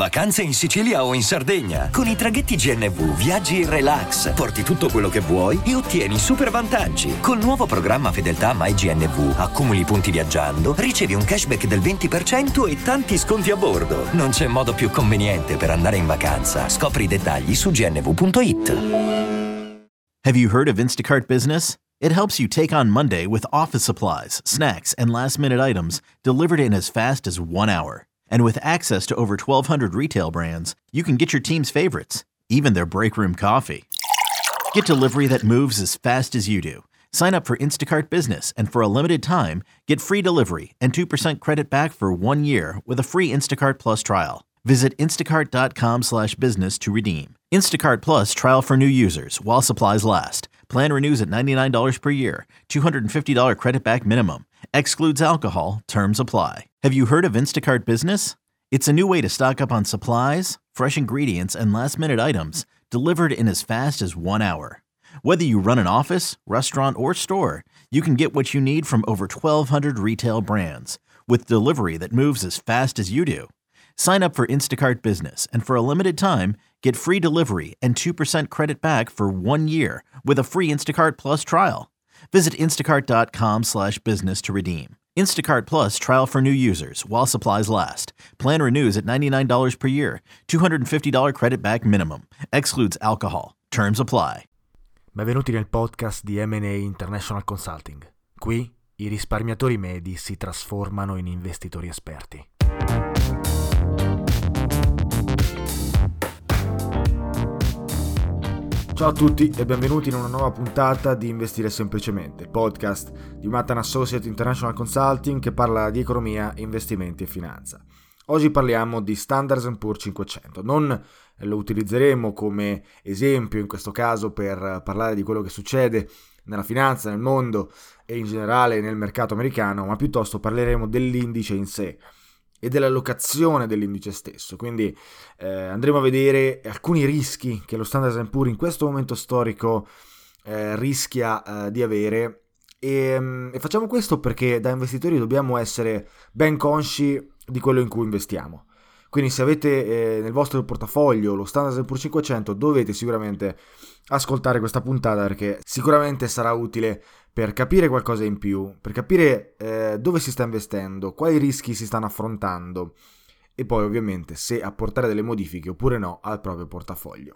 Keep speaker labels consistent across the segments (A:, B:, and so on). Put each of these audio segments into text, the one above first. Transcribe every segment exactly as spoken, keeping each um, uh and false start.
A: Vacanze in Sicilia o in Sardegna. Con i traghetti G N V viaggi in relax, porti tutto quello che vuoi e ottieni super vantaggi. Col nuovo programma Fedeltà MyGNV accumuli punti viaggiando, ricevi un cashback del venti per cento e tanti sconti a bordo. Non c'è modo più conveniente per andare in vacanza. Scopri i dettagli su g n v punto i t.
B: Have you heard of Instacart Business? It helps you take on Monday with office supplies, snacks, and last-minute items delivered in as fast as one hour. And with access to over twelve hundred retail brands, you can get your team's favorites, even their break room coffee. Get delivery that moves as fast as you do. Sign up for Instacart Business, and for a limited time, get free delivery and two percent credit back for one year with a free Instacart Plus trial. Visit instacart.com slash business to redeem. Instacart Plus trial for new users while supplies last. Plan renews at ninety-nine dollars per year, two hundred fifty dollars credit back minimum. Excludes alcohol, terms apply. Have you heard of Instacart Business? It's a new way to stock up on supplies, fresh ingredients, and last-minute items delivered in as fast as one hour. Whether you run an office, restaurant, or store, you can get what you need from over twelve hundred retail brands with delivery that moves as fast as you do. Sign up for Instacart Business, and for a limited time, get free delivery and two percent credit back for one year with a free Instacart Plus trial. Visit instacart.com slash business to redeem. Instacart Plus trial for new users while supplies last. Plan renews at ninety-nine dollars per year, two hundred fifty dollars credit back minimum. Excludes alcohol. Terms apply.
C: Benvenuti nel podcast di M and A International Consulting. Qui i risparmiatori medi si trasformano in investitori esperti. Ciao a tutti e benvenuti in una nuova puntata di Investire Semplicemente, il podcast di Manhattan Associates International Consulting che parla di economia, investimenti e finanza. Oggi parliamo di Standard and Poor's cinquecento. Non lo utilizzeremo come esempio in questo caso per parlare di quello che succede nella finanza, nel mondo e in generale nel mercato americano, ma piuttosto parleremo dell'indice in sé e dell'allocazione dell'indice stesso. Quindi eh, andremo a vedere alcuni rischi che lo Standard and Poor's in questo momento storico eh, rischia eh, di avere e, e facciamo questo perché da investitori dobbiamo essere ben consci di quello in cui investiamo. Quindi se avete eh, nel vostro portafoglio lo Standard and Poor's cinquecento dovete sicuramente ascoltare questa puntata perché sicuramente sarà utile per capire qualcosa in più, per capire eh, dove si sta investendo, quali rischi si stanno affrontando e poi ovviamente se apportare delle modifiche oppure no al proprio portafoglio.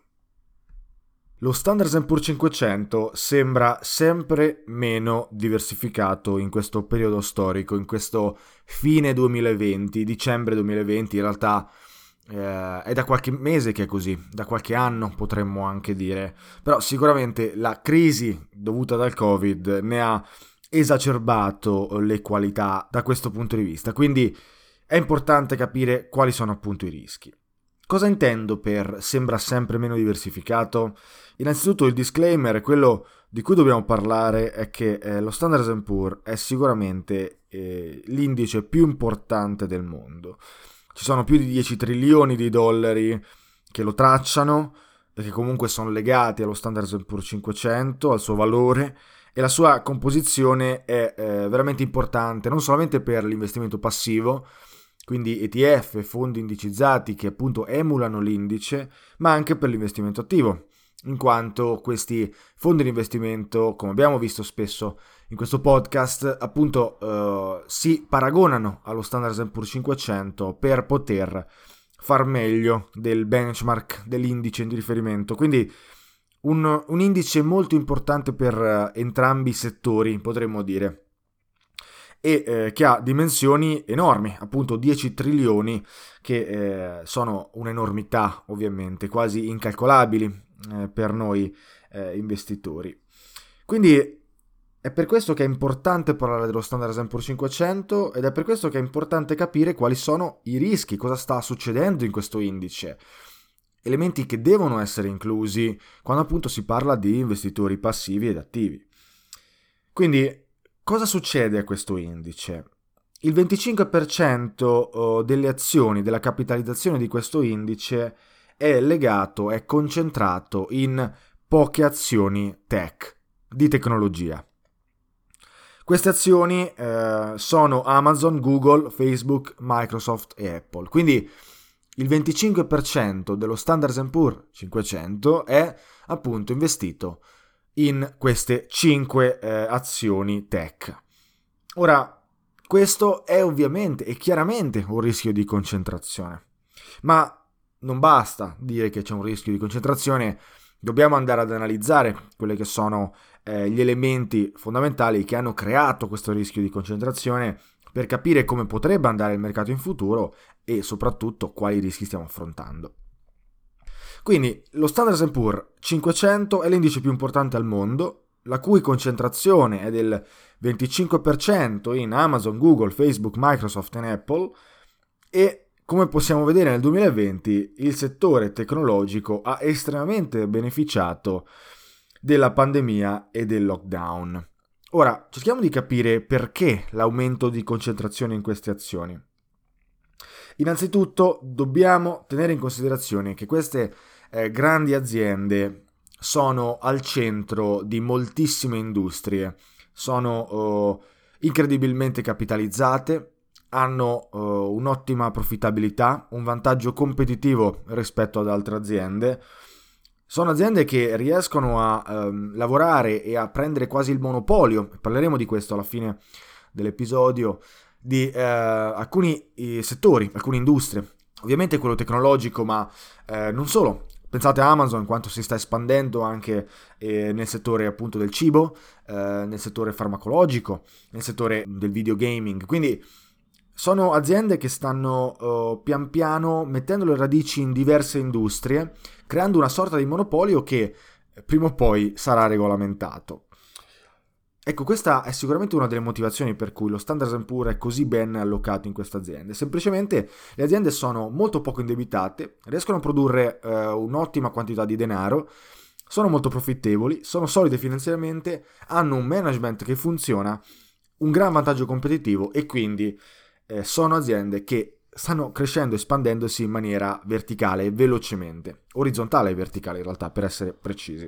C: Lo Standard and Poor's cinquecento sembra sempre meno diversificato in questo periodo storico, in questo fine duemilaventi, dicembre duemilaventi, in realtà eh, è da qualche mese che è così, da qualche anno potremmo anche dire, però sicuramente la crisi dovuta dal Covid ne ha esacerbato le qualità da questo punto di vista, quindi è importante capire quali sono appunto i rischi. Cosa intendo per sembra sempre meno diversificato? Innanzitutto il disclaimer, quello di cui dobbiamo parlare è che eh, lo Standard and Poor's è sicuramente eh, l'indice più importante del mondo. Ci sono più di dieci trilioni di dollari che lo tracciano e che comunque sono legati allo Standard and Poor's cinquecento, al suo valore, e la sua composizione è eh, veramente importante non solamente per l'investimento passivo, quindi E T F, fondi indicizzati che appunto emulano l'indice, ma anche per l'investimento attivo, in quanto questi fondi di investimento, come abbiamo visto spesso in questo podcast, appunto eh, si paragonano allo Standard and Poor's cinquecento per poter far meglio del benchmark, dell'indice di riferimento. Quindi un, un indice molto importante per eh, entrambi i settori, potremmo dire, e eh, che ha dimensioni enormi, appunto dieci trilioni, che eh, sono un'enormità ovviamente, quasi incalcolabili eh, per noi eh, investitori. Quindi è per questo che è importante parlare dello Standard and Poor's cinquecento ed è per questo che è importante capire quali sono i rischi, cosa sta succedendo in questo indice, elementi che devono essere inclusi quando appunto si parla di investitori passivi ed attivi. Quindi cosa succede a questo indice? Il venticinque per cento delle azioni, della capitalizzazione di questo indice è legato, è concentrato in poche azioni tech, di tecnologia. Queste azioni eh, sono Amazon, Google, Facebook, Microsoft e Apple. Quindi il venticinque per cento dello Standard and Poor's cinquecento è appunto investito in queste cinque eh, azioni tech. Ora, questo è ovviamente e chiaramente un rischio di concentrazione, ma non basta dire che c'è un rischio di concentrazione, dobbiamo andare ad analizzare quelli che sono eh, gli elementi fondamentali che hanno creato questo rischio di concentrazione per capire come potrebbe andare il mercato in futuro e soprattutto quali rischi stiamo affrontando. Quindi lo Standard and Poor's cinquecento è l'indice più importante al mondo, la cui concentrazione è del venticinque per cento in Amazon, Google, Facebook, Microsoft e Apple, e come possiamo vedere nel duemilaventi il settore tecnologico ha estremamente beneficiato della pandemia e del lockdown. Ora, cerchiamo di capire perché l'aumento di concentrazione in queste azioni. Innanzitutto dobbiamo tenere in considerazione che queste eh, grandi aziende sono al centro di moltissime industrie, sono uh, incredibilmente capitalizzate, hanno uh, un'ottima profittabilità, un vantaggio competitivo rispetto ad altre aziende. Sono aziende che riescono a um, lavorare e a prendere quasi il monopolio, parleremo di questo alla fine dell'episodio, di uh, alcuni eh, settori, alcune industrie, ovviamente quello tecnologico, ma eh, non solo. Pensate a Amazon, quanto si sta espandendo anche eh, nel settore appunto del cibo, eh, nel settore farmacologico, nel settore del videogaming. Quindi sono aziende che stanno uh, pian piano mettendo le radici in diverse industrie, creando una sorta di monopolio che prima o poi sarà regolamentato. Ecco, questa è sicuramente una delle motivazioni per cui lo Standard and Poor's è così ben allocato in queste aziende. Semplicemente le aziende sono molto poco indebitate, riescono a produrre uh, un'ottima quantità di denaro, sono molto profittevoli, sono solide finanziariamente, hanno un management che funziona, un gran vantaggio competitivo e quindi eh, sono aziende che stanno crescendo, espandendosi in maniera verticale velocemente, orizzontale e verticale in realtà, per essere precisi.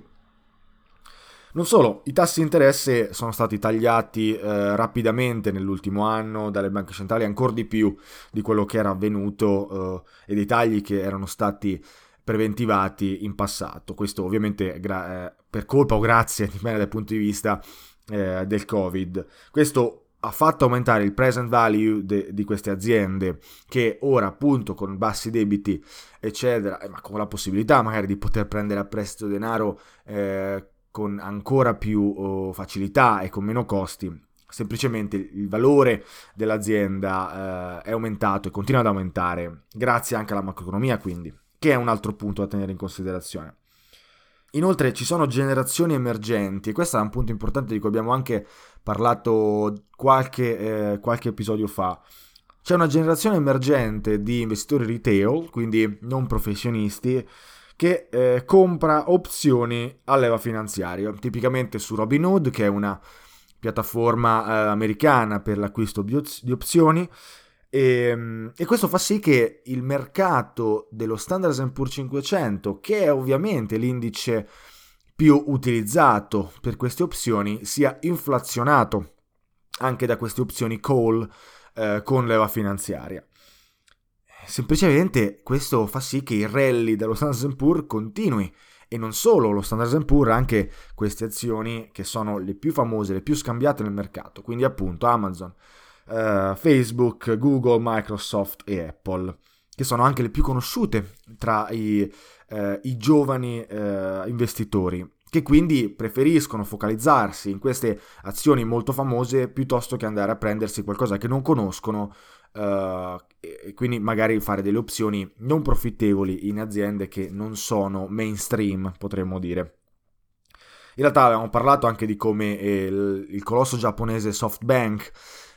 C: Non solo, i tassi di interesse sono stati tagliati eh, rapidamente nell'ultimo anno dalle banche centrali, ancora di più di quello che era avvenuto eh, e dei tagli che erano stati preventivati in passato. Questo ovviamente gra- eh, per colpa o grazie di me dal punto di vista eh, del Covid. Questo ha fatto aumentare il present value de- di queste aziende che ora appunto con bassi debiti eccetera, eh, ma con la possibilità magari di poter prendere a prestito denaro eh, con ancora più oh, facilità e con meno costi, semplicemente il valore dell'azienda eh, è aumentato e continua ad aumentare grazie anche alla macroeconomia, quindi, che è un altro punto da tenere in considerazione. Inoltre ci sono generazioni emergenti e questo è un punto importante di cui abbiamo anche parlato qualche, eh, qualche episodio fa. C'è una generazione emergente di investitori retail, quindi non professionisti, che eh, compra opzioni a leva finanziaria, tipicamente su Robinhood, che è una piattaforma eh, americana per l'acquisto di, oz- di opzioni, e, e questo fa sì che il mercato dello Standard and Poor's cinquecento, che è ovviamente l'indice più utilizzato per queste opzioni, sia inflazionato anche da queste opzioni call eh, con leva finanziaria. Semplicemente questo fa sì che il rally dello Standard and Poor's continui, e non solo lo Standard and Poor's, anche queste azioni che sono le più famose, le più scambiate nel mercato, quindi appunto Amazon, eh, Facebook, Google, Microsoft e Apple, che sono anche le più conosciute tra i, eh, i giovani eh, investitori, che quindi preferiscono focalizzarsi in queste azioni molto famose piuttosto che andare a prendersi qualcosa che non conoscono, Uh, e quindi magari fare delle opzioni non profittevoli in aziende che non sono mainstream, potremmo dire. In realtà abbiamo parlato anche di come eh, il, il colosso giapponese SoftBank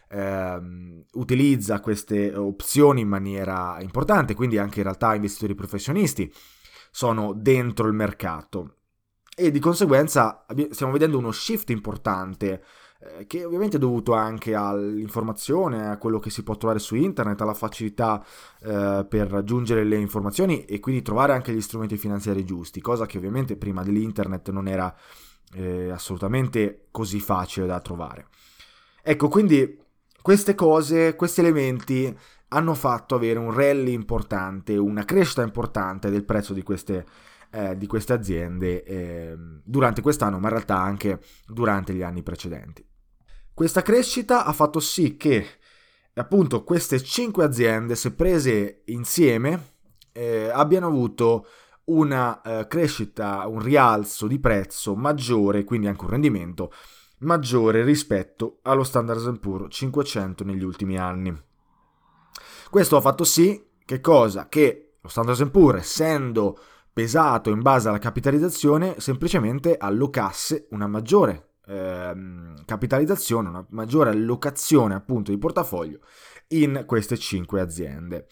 C: eh, utilizza queste opzioni in maniera importante, quindi anche in realtà investitori professionisti sono dentro il mercato e di conseguenza stiamo vedendo uno shift importante, che ovviamente è dovuto anche all'informazione, a quello che si può trovare su internet, alla facilità eh, per raggiungere le informazioni e quindi trovare anche gli strumenti finanziari giusti, cosa che ovviamente prima dell'internet non era eh, assolutamente così facile da trovare. Ecco, quindi queste cose, questi elementi hanno fatto avere un rally importante, una crescita importante del prezzo di queste, eh, di queste aziende eh, durante quest'anno, ma in realtà anche durante gli anni precedenti. Questa crescita ha fatto sì che appunto queste cinque aziende, se prese insieme, eh, abbiano avuto una eh, crescita, un rialzo di prezzo maggiore, quindi anche un rendimento maggiore rispetto allo Standard and Poor's cinquecento negli ultimi anni. Questo ha fatto sì che cosa? Che lo Standard and Poor's, essendo pesato in base alla capitalizzazione, semplicemente allocasse una maggiore eh, capitalizzazione, una maggiore allocazione appunto di portafoglio in queste cinque aziende.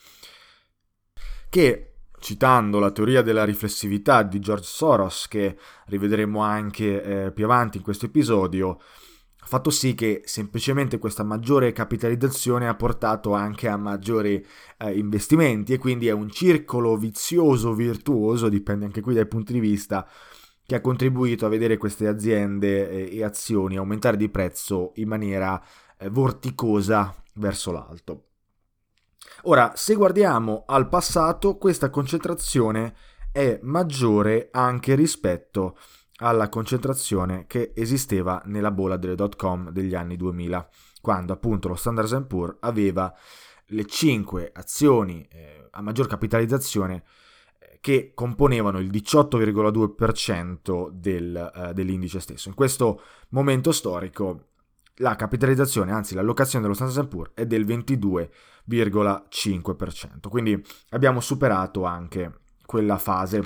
C: Che, citando la teoria della riflessività di George Soros, che rivedremo anche eh, più avanti in questo episodio, ha fatto sì che semplicemente questa maggiore capitalizzazione ha portato anche a maggiori eh, investimenti, e quindi è un circolo vizioso, virtuoso, dipende anche qui dai punti di vista, che ha contribuito a vedere queste aziende eh, e azioni aumentare di prezzo in maniera eh, vorticosa verso l'alto. Ora, se guardiamo al passato, questa concentrazione è maggiore anche rispetto alla concentrazione che esisteva nella bolla delle dot com degli anni duemila, quando appunto lo Standard and Poor's aveva le cinque azioni eh, a maggior capitalizzazione eh, che componevano il diciotto virgola due per cento del, eh, dell'indice stesso. In questo momento storico la capitalizzazione, anzi l'allocazione dello Standard and Poor's è del ventidue virgola cinque per cento, quindi abbiamo superato anche quella fase.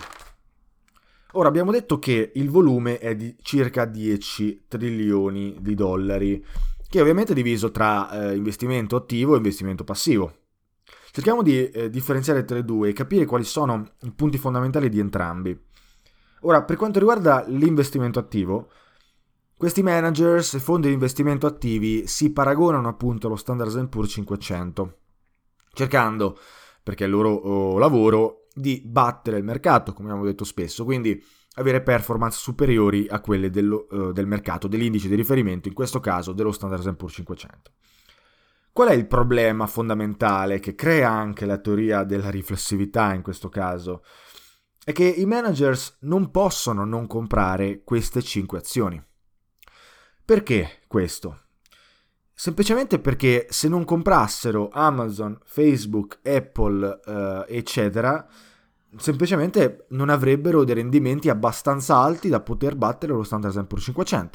C: Ora, abbiamo detto che il volume è di circa dieci trilioni di dollari, che ovviamente è diviso tra eh, investimento attivo e investimento passivo. Cerchiamo di eh, differenziare tra le due e capire quali sono i punti fondamentali di entrambi. Ora, per quanto riguarda l'investimento attivo, questi managers e fondi di investimento attivi si paragonano appunto allo Standard and Poor's cinquecento, cercando, perché è il loro oh, lavoro, di battere il mercato, come abbiamo detto spesso, quindi avere performance superiori a quelle dello, uh, del mercato, dell'indice di riferimento, in questo caso dello Standard and Poor's cinquecento. Qual è il problema fondamentale che crea anche la teoria della riflessività in questo caso? È che i managers non possono non comprare queste cinque azioni. Perché questo? Semplicemente perché se non comprassero Amazon, Facebook, Apple, eh, eccetera, semplicemente non avrebbero dei rendimenti abbastanza alti da poter battere lo Standard and Poor's cinquecento.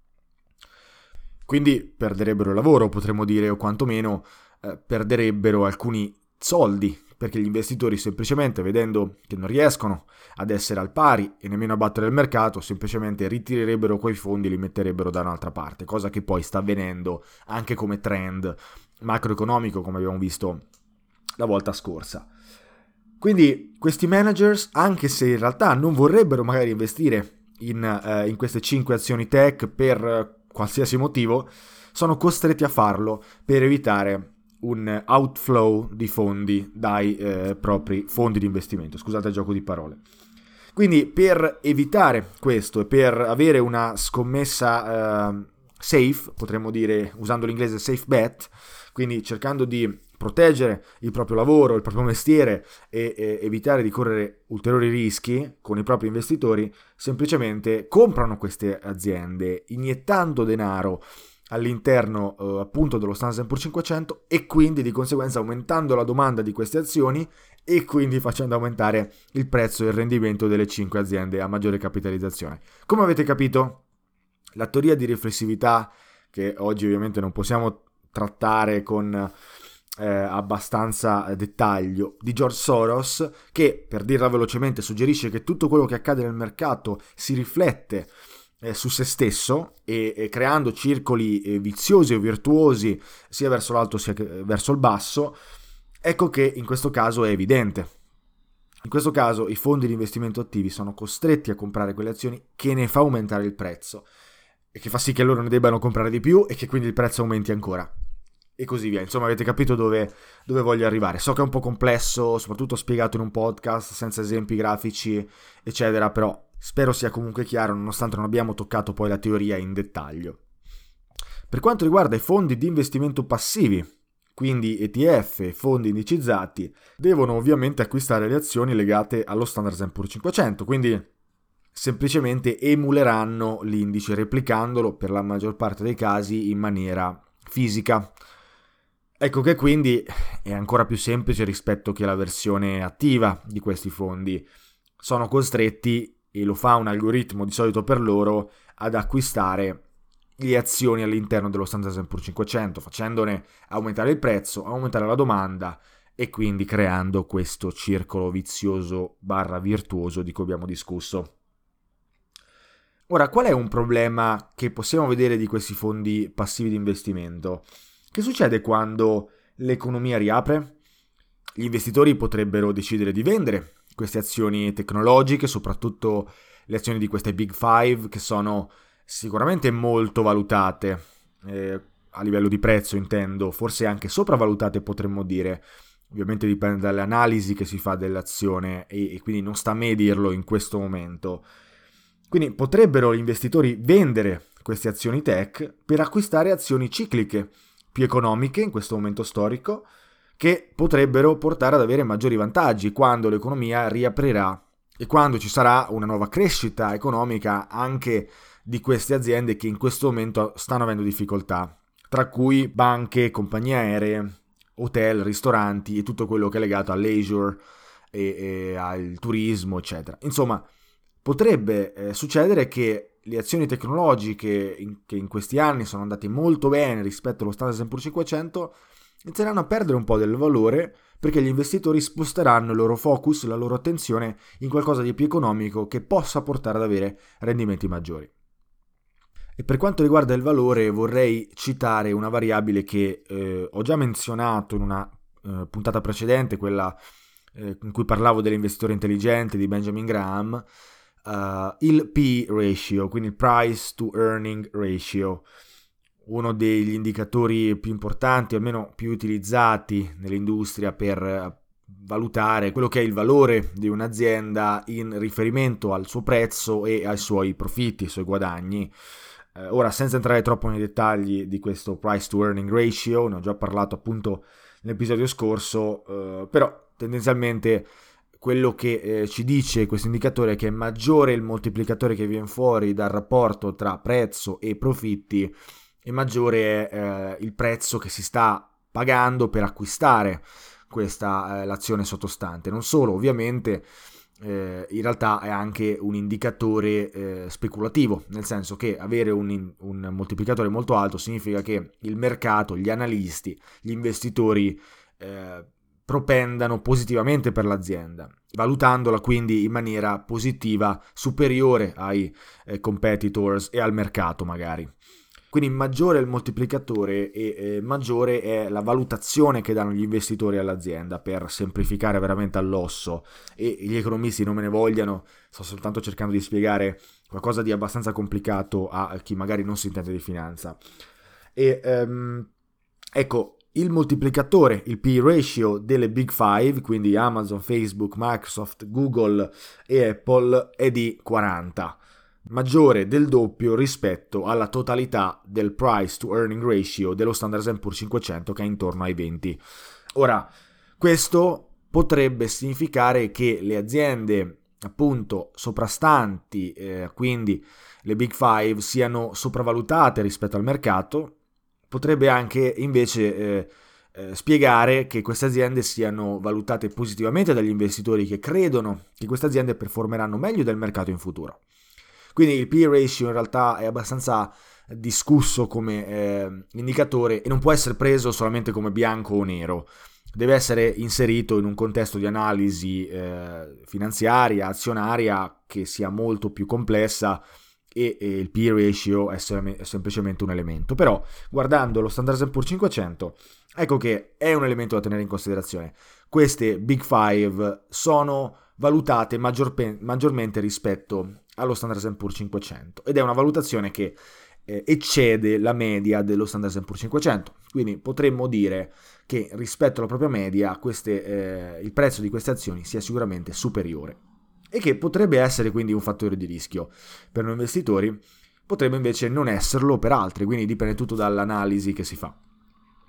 C: Quindi perderebbero il lavoro, potremmo dire, o quantomeno eh, perderebbero alcuni soldi, perché gli investitori semplicemente, vedendo che non riescono ad essere al pari e nemmeno a battere il mercato, semplicemente ritirerebbero quei fondi e li metterebbero da un'altra parte, cosa che poi sta avvenendo anche come trend macroeconomico, come abbiamo visto la volta scorsa. Quindi questi managers, anche se in realtà non vorrebbero magari investire in, eh, in queste cinque azioni tech per eh, qualsiasi motivo, sono costretti a farlo per evitare un outflow di fondi dai eh, propri fondi di investimento. Scusate il gioco di parole. Quindi per evitare questo e per avere una scommessa eh, safe, potremmo dire usando l'inglese safe bet, quindi cercando di proteggere il proprio lavoro, il proprio mestiere e, e evitare di correre ulteriori rischi con i propri investitori, semplicemente comprano queste aziende iniettando denaro all'interno eh, appunto dello Standard and Poor's cinquecento e quindi di conseguenza aumentando la domanda di queste azioni e quindi facendo aumentare il prezzo e il rendimento delle cinque aziende a maggiore capitalizzazione. Come avete capito, la teoria di riflessività, che oggi ovviamente non possiamo trattare con eh, abbastanza dettaglio, di George Soros, che per dirla velocemente suggerisce che tutto quello che accade nel mercato si riflette su se stesso e, e creando circoli eh, viziosi o virtuosi sia verso l'alto sia verso il basso, ecco che in questo caso è evidente. In questo caso i fondi di investimento attivi sono costretti a comprare quelle azioni che ne fa aumentare il prezzo e che fa sì che loro ne debbano comprare di più e che quindi il prezzo aumenti ancora e così via. Insomma, avete capito dove, dove voglio arrivare. So che è un po' complesso, soprattutto spiegato in un podcast senza esempi grafici eccetera, però spero sia comunque chiaro, nonostante non abbiamo toccato poi la teoria in dettaglio. Per quanto riguarda i fondi di investimento passivi, quindi E T F, fondi indicizzati, devono ovviamente acquistare le azioni legate allo Standard and Poor's cinquecento, quindi semplicemente emuleranno l'indice replicandolo per la maggior parte dei casi in maniera fisica. Ecco che quindi è ancora più semplice rispetto che la versione attiva di questi fondi. Sono costretti, e lo fa un algoritmo di solito per loro, ad acquistare le azioni all'interno dello Standard and Poor's cinquecento, facendone aumentare il prezzo, aumentare la domanda e quindi creando questo circolo vizioso barra virtuoso di cui abbiamo discusso. Ora, qual è un problema che possiamo vedere di questi fondi passivi di investimento? Che succede quando l'economia riapre? Gli investitori potrebbero decidere di vendere queste azioni tecnologiche, soprattutto le azioni di queste Big Five, che sono sicuramente molto valutate, eh, a livello di prezzo intendo, forse anche sopravvalutate potremmo dire, ovviamente dipende dalle analisi che si fa dell'azione e, e quindi non sta a me dirlo in questo momento. Quindi potrebbero gli investitori vendere queste azioni tech per acquistare azioni cicliche, più economiche in questo momento storico, che potrebbero portare ad avere maggiori vantaggi quando l'economia riaprirà e quando ci sarà una nuova crescita economica anche di queste aziende che in questo momento stanno avendo difficoltà, tra cui banche, compagnie aeree, hotel, ristoranti e tutto quello che è legato al leisure e, e al turismo, eccetera. Insomma, potrebbe eh, succedere che le azioni tecnologiche in, che in questi anni sono andate molto bene rispetto allo Standard and Poor's cinquecento inizieranno a perdere un po' del valore perché gli investitori sposteranno il loro focus, la loro attenzione in qualcosa di più economico che possa portare ad avere rendimenti maggiori. E per quanto riguarda il valore vorrei citare una variabile che eh, ho già menzionato in una eh, puntata precedente, quella eh, in cui parlavo dell'investitore intelligente di Benjamin Graham, uh, il P E ratio, quindi il Price to Earning ratio, uno degli indicatori più importanti, almeno più utilizzati nell'industria per valutare quello che è il valore di un'azienda in riferimento al suo prezzo e ai suoi profitti, ai suoi guadagni. Eh, ora, senza entrare troppo nei dettagli di questo Price to Earning ratio, ne ho già parlato appunto nell'episodio scorso, eh, però tendenzialmente quello che eh, ci dice questo indicatore è che è maggiore il moltiplicatore che viene fuori dal rapporto tra prezzo e profitti e maggiore è eh, il prezzo che si sta pagando per acquistare questa eh, l'azione sottostante. Non solo, ovviamente eh, in realtà è anche un indicatore eh, speculativo, nel senso che avere un, un moltiplicatore molto alto significa che il mercato, gli analisti, gli investitori eh, propendano positivamente per l'azienda, valutandola quindi in maniera positiva, superiore ai eh, competitors e al mercato magari. Quindi maggiore è il moltiplicatore e eh, maggiore è la valutazione che danno gli investitori all'azienda, per semplificare veramente all'osso, e gli economisti non me ne vogliano, sto soltanto cercando di spiegare qualcosa di abbastanza complicato a chi magari non si intende di finanza. E um, ecco, il moltiplicatore, il P E ratio delle Big Five, quindi Amazon, Facebook, Microsoft, Google e Apple, è di quaranta. Maggiore del doppio rispetto alla totalità del Price to Earning ratio dello Standard and Poor's cinquecento, che è intorno ai venti. Ora, questo potrebbe significare che le aziende appunto soprastanti, eh, quindi le Big Five, siano sopravvalutate rispetto al mercato. Potrebbe anche invece eh, eh, spiegare che queste aziende siano valutate positivamente dagli investitori che credono che queste aziende performeranno meglio del mercato in futuro. Quindi il P E ratio in realtà è abbastanza discusso come eh, indicatore e non può essere preso solamente come bianco o nero. Deve essere inserito in un contesto di analisi eh, finanziaria, azionaria, che sia molto più complessa, e, e il P E ratio è, sem- è semplicemente un elemento. Però guardando lo Standard and Poor's cinquecento, ecco che è un elemento da tenere in considerazione. Queste Big Five sono valutate maggior pe- maggiormente rispetto allo Standard and Poor's cinquecento, ed è una valutazione che eh, eccede la media dello Standard and Poor's cinquecento, quindi potremmo dire che rispetto alla propria media queste, eh, il prezzo di queste azioni sia sicuramente superiore, e che potrebbe essere quindi un fattore di rischio per noi investitori, potrebbe invece non esserlo per altri, quindi dipende tutto dall'analisi che si fa.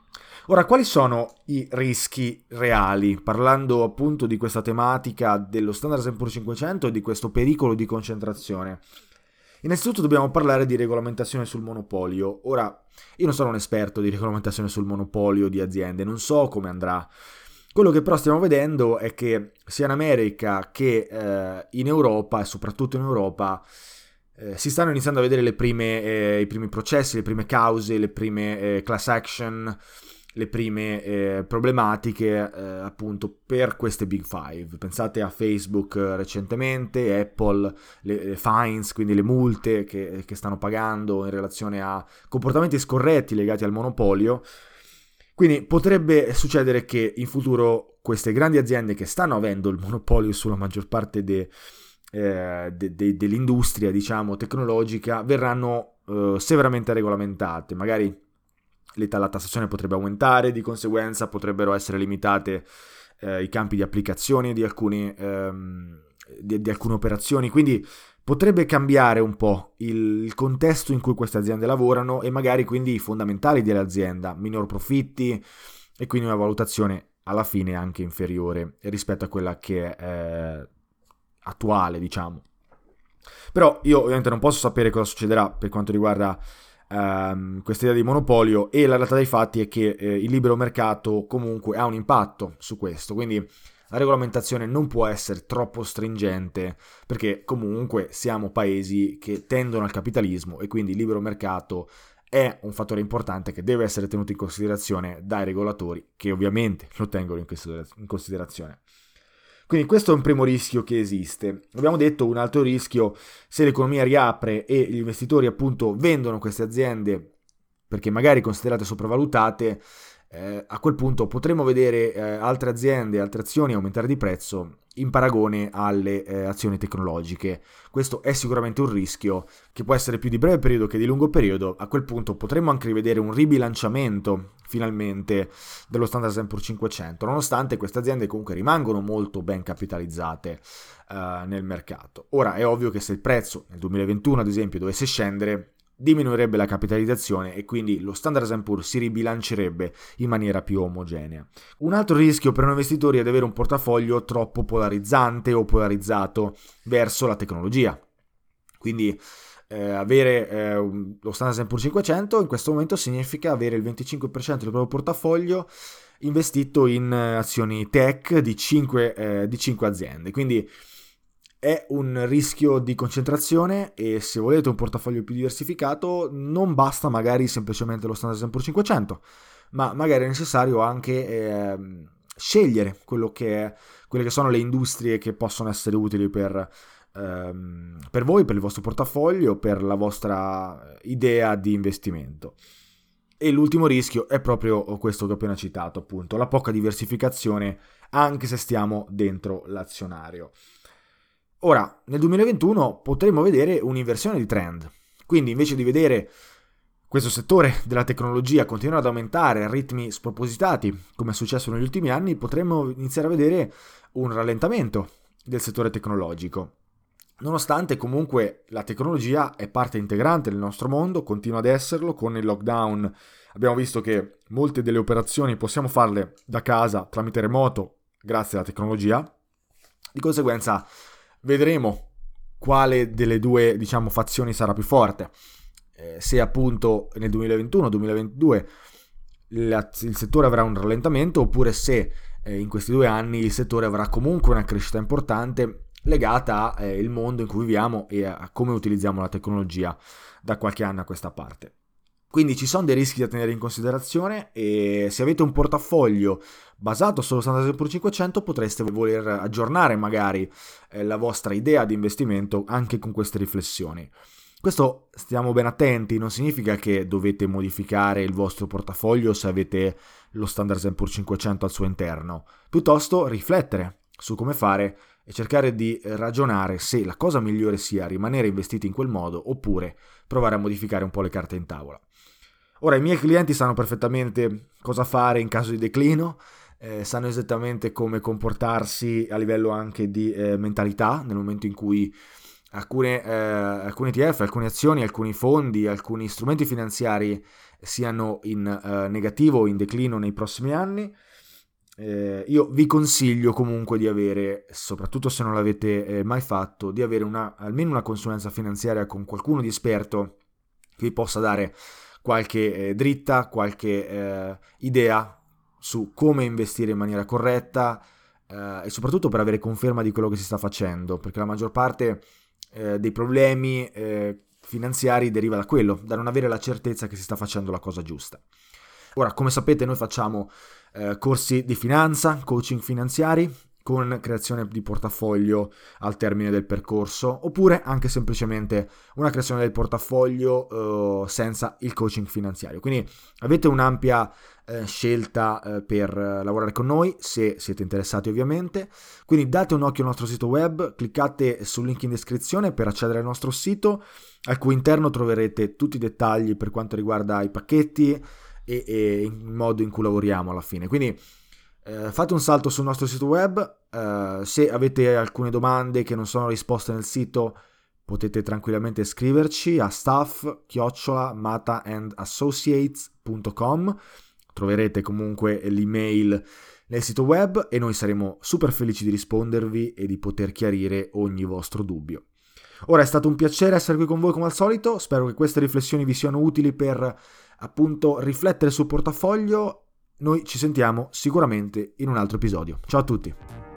C: Ora, quali sono i rischi reali, parlando appunto di questa tematica dello Standard and Poor's cinquecento e di questo pericolo di concentrazione? Innanzitutto dobbiamo parlare di regolamentazione sul monopolio. Ora, io non sono un esperto di regolamentazione sul monopolio di aziende, non so come andrà. Quello che però stiamo vedendo è che sia in America che eh, in Europa, e soprattutto in Europa, eh, si stanno iniziando a vedere le prime, eh, i primi processi, le prime cause, le prime eh, class action, le prime eh, problematiche eh, appunto per queste Big Five. Pensate a Facebook eh, recentemente, Apple, le, le fines, quindi le multe che, che stanno pagando in relazione a comportamenti scorretti legati al monopolio. Quindi potrebbe succedere che in futuro queste grandi aziende che stanno avendo il monopolio sulla maggior parte de, eh, de, de, dell'industria, diciamo, tecnologica, verranno eh, severamente regolamentate. Magari la tassazione potrebbe aumentare, di conseguenza potrebbero essere limitate eh, i campi di applicazione di, alcuni, ehm, di, di alcune operazioni. Quindi potrebbe cambiare un po' il, il contesto in cui queste aziende lavorano e magari quindi i fondamentali dell'azienda, minor profitti e quindi una valutazione alla fine anche inferiore rispetto a quella che è eh, attuale, diciamo. Però io ovviamente non posso sapere cosa succederà per quanto riguarda um, questa idea di monopolio, e la realtà dei fatti è che eh, il libero mercato comunque ha un impatto su questo, quindi la regolamentazione non può essere troppo stringente, perché comunque siamo paesi che tendono al capitalismo e quindi il libero mercato è un fattore importante che deve essere tenuto in considerazione dai regolatori, che ovviamente lo tengono in considerazione. Quindi questo è un primo rischio che esiste. Abbiamo detto un altro rischio: se l'economia riapre e gli investitori appunto vendono queste aziende perché magari considerate sopravvalutate, Eh, a quel punto potremo vedere eh, altre aziende, altre azioni aumentare di prezzo in paragone alle eh, azioni tecnologiche. Questo è sicuramente un rischio che può essere più di breve periodo che di lungo periodo. A quel punto potremo anche rivedere un ribilanciamento finalmente dello Standard and Poor's cinquecento, nonostante queste aziende comunque rimangono molto ben capitalizzate eh, nel mercato. Ora è ovvio che se il prezzo nel duemilaventuno ad esempio dovesse scendere, diminuirebbe la capitalizzazione e quindi lo Standard and Poor's si ribilancerebbe in maniera più omogenea. Un altro rischio per un investitore è di avere un portafoglio troppo polarizzante o polarizzato verso la tecnologia. Quindi eh, avere eh, un, lo Standard and Poor's cinquecento in questo momento significa avere il venticinque per cento del proprio portafoglio investito in eh, azioni tech di cinque, eh, di cinque aziende. Quindi è un rischio di concentrazione, e se volete un portafoglio più diversificato non basta magari semplicemente lo Standard and Poor's cinquecento, ma magari è necessario anche eh, scegliere quello che è, quelle che sono le industrie che possono essere utili per, ehm, per voi, per il vostro portafoglio, per la vostra idea di investimento. E l'ultimo rischio è proprio questo che ho appena citato, appunto, la poca diversificazione anche se stiamo dentro l'azionario. Ora, nel duemilaventuno potremo vedere un'inversione di trend, quindi invece di vedere questo settore della tecnologia continuare ad aumentare a ritmi spropositati, come è successo negli ultimi anni, potremmo iniziare a vedere un rallentamento del settore tecnologico. Nonostante comunque la tecnologia è parte integrante del nostro mondo, continua ad esserlo. Con il lockdown abbiamo visto che molte delle operazioni possiamo farle da casa tramite remoto grazie alla tecnologia. Di conseguenza vedremo quale delle due, diciamo, fazioni sarà più forte. Eh, se appunto nel duemilaventuno duemilaventidue la, il settore avrà un rallentamento, oppure se eh, in questi due anni il settore avrà comunque una crescita importante legata al eh, mondo in cui viviamo e a come utilizziamo la tecnologia da qualche anno a questa parte. Quindi ci sono dei rischi da tenere in considerazione, e se avete un portafoglio basato sullo Standard and Poor's cinquecento potreste voler aggiornare magari eh, la vostra idea di investimento anche con queste riflessioni. Questo, stiamo ben attenti, non significa che dovete modificare il vostro portafoglio se avete lo Standard and Poor's cinquecento al suo interno, piuttosto riflettere su come fare e cercare di ragionare se la cosa migliore sia rimanere investiti in quel modo oppure provare a modificare un po' le carte in tavola. Ora, i miei clienti sanno perfettamente cosa fare in caso di declino, eh, sanno esattamente come comportarsi a livello anche di eh, mentalità nel momento in cui alcune, eh, alcuni E T F, alcune azioni, alcuni fondi, alcuni strumenti finanziari siano in eh, negativo o in declino nei prossimi anni, eh, io vi consiglio comunque di avere, soprattutto se non l'avete eh, mai fatto, di avere una, almeno una consulenza finanziaria con qualcuno di esperto che vi possa dare qualche eh, dritta, qualche eh, idea su come investire in maniera corretta, eh, e soprattutto per avere conferma di quello che si sta facendo, perché la maggior parte eh, dei problemi eh, finanziari deriva da quello, da non avere la certezza che si sta facendo la cosa giusta. Ora, come sapete, noi facciamo eh, corsi di finanza, coaching finanziari, con creazione di portafoglio al termine del percorso, oppure anche semplicemente una creazione del portafoglio eh, senza il coaching finanziario. Quindi avete un'ampia eh, scelta eh, per eh, lavorare con noi, se siete interessati ovviamente. Quindi date un occhio al nostro sito web, cliccate sul link in descrizione per accedere al nostro sito, al cui interno troverete tutti i dettagli per quanto riguarda i pacchetti e, e il modo in cui lavoriamo alla fine. Quindi Eh, fate un salto sul nostro sito web, eh, se avete alcune domande che non sono risposte nel sito potete tranquillamente scriverci a staff chiocciola mata and associates punto com, troverete comunque l'email nel sito web e noi saremo super felici di rispondervi e di poter chiarire ogni vostro dubbio. Ora è stato un piacere essere qui con voi come al solito, spero che queste riflessioni vi siano utili per appunto riflettere sul portafoglio. Noi ci sentiamo sicuramente in un altro episodio. Ciao a tutti!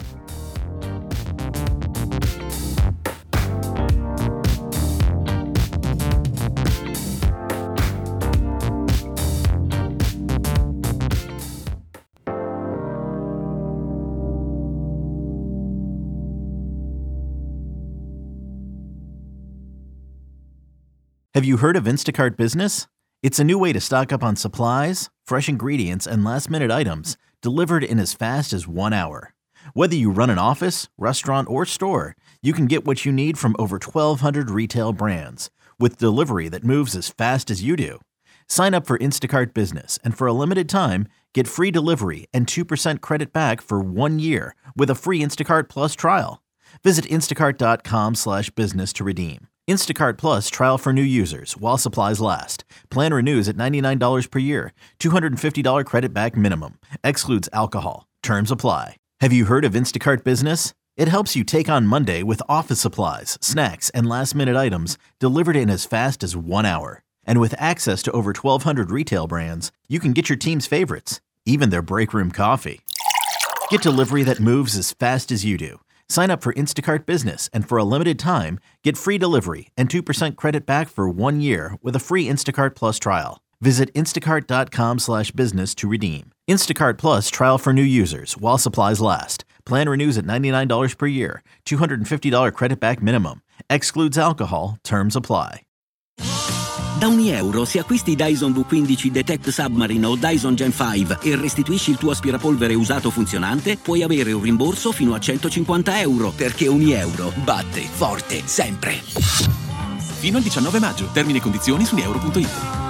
B: Have you heard of Instacart Business? It's a new way to stock up on supplies, fresh ingredients, and last-minute items delivered in as fast as one hour. Whether you run an office, restaurant, or store, you can get what you need from over twelve hundred retail brands with delivery that moves as fast as you do. Sign up for Instacart Business, and for a limited time, get free delivery and two percent credit back for one year with a free Instacart Plus trial. Visit instacart.com slash business to redeem. Instacart Plus trial for new users while supplies last. Plan renews at ninety-nine dollars per year. two hundred fifty dollars credit back minimum. Excludes alcohol. Terms apply. Have you heard of Instacart Business? It helps you take on Monday with office supplies, snacks, and last-minute items delivered in as fast as one hour. And with access to over twelve hundred retail brands, you can get your team's favorites, even their break room coffee. Get delivery that moves as fast as you do. Sign up for Instacart Business, and for a limited time, get free delivery and two percent credit back for one year with a free Instacart Plus trial. Visit instacart.com slash business to redeem. Instacart Plus trial for new users while supplies last. Plan renews at ninety-nine dollars per year. two hundred fifty dollars credit back minimum. Excludes alcohol. Terms apply.
D: Da ogni euro, se acquisti Dyson V quindici Detect Submarine o Dyson Gen cinque e restituisci il tuo aspirapolvere usato funzionante, puoi avere un rimborso fino a centocinquanta euro, perché ogni euro batte forte sempre.
E: Fino al diciannove maggio. Termini e condizioni su euro punto it.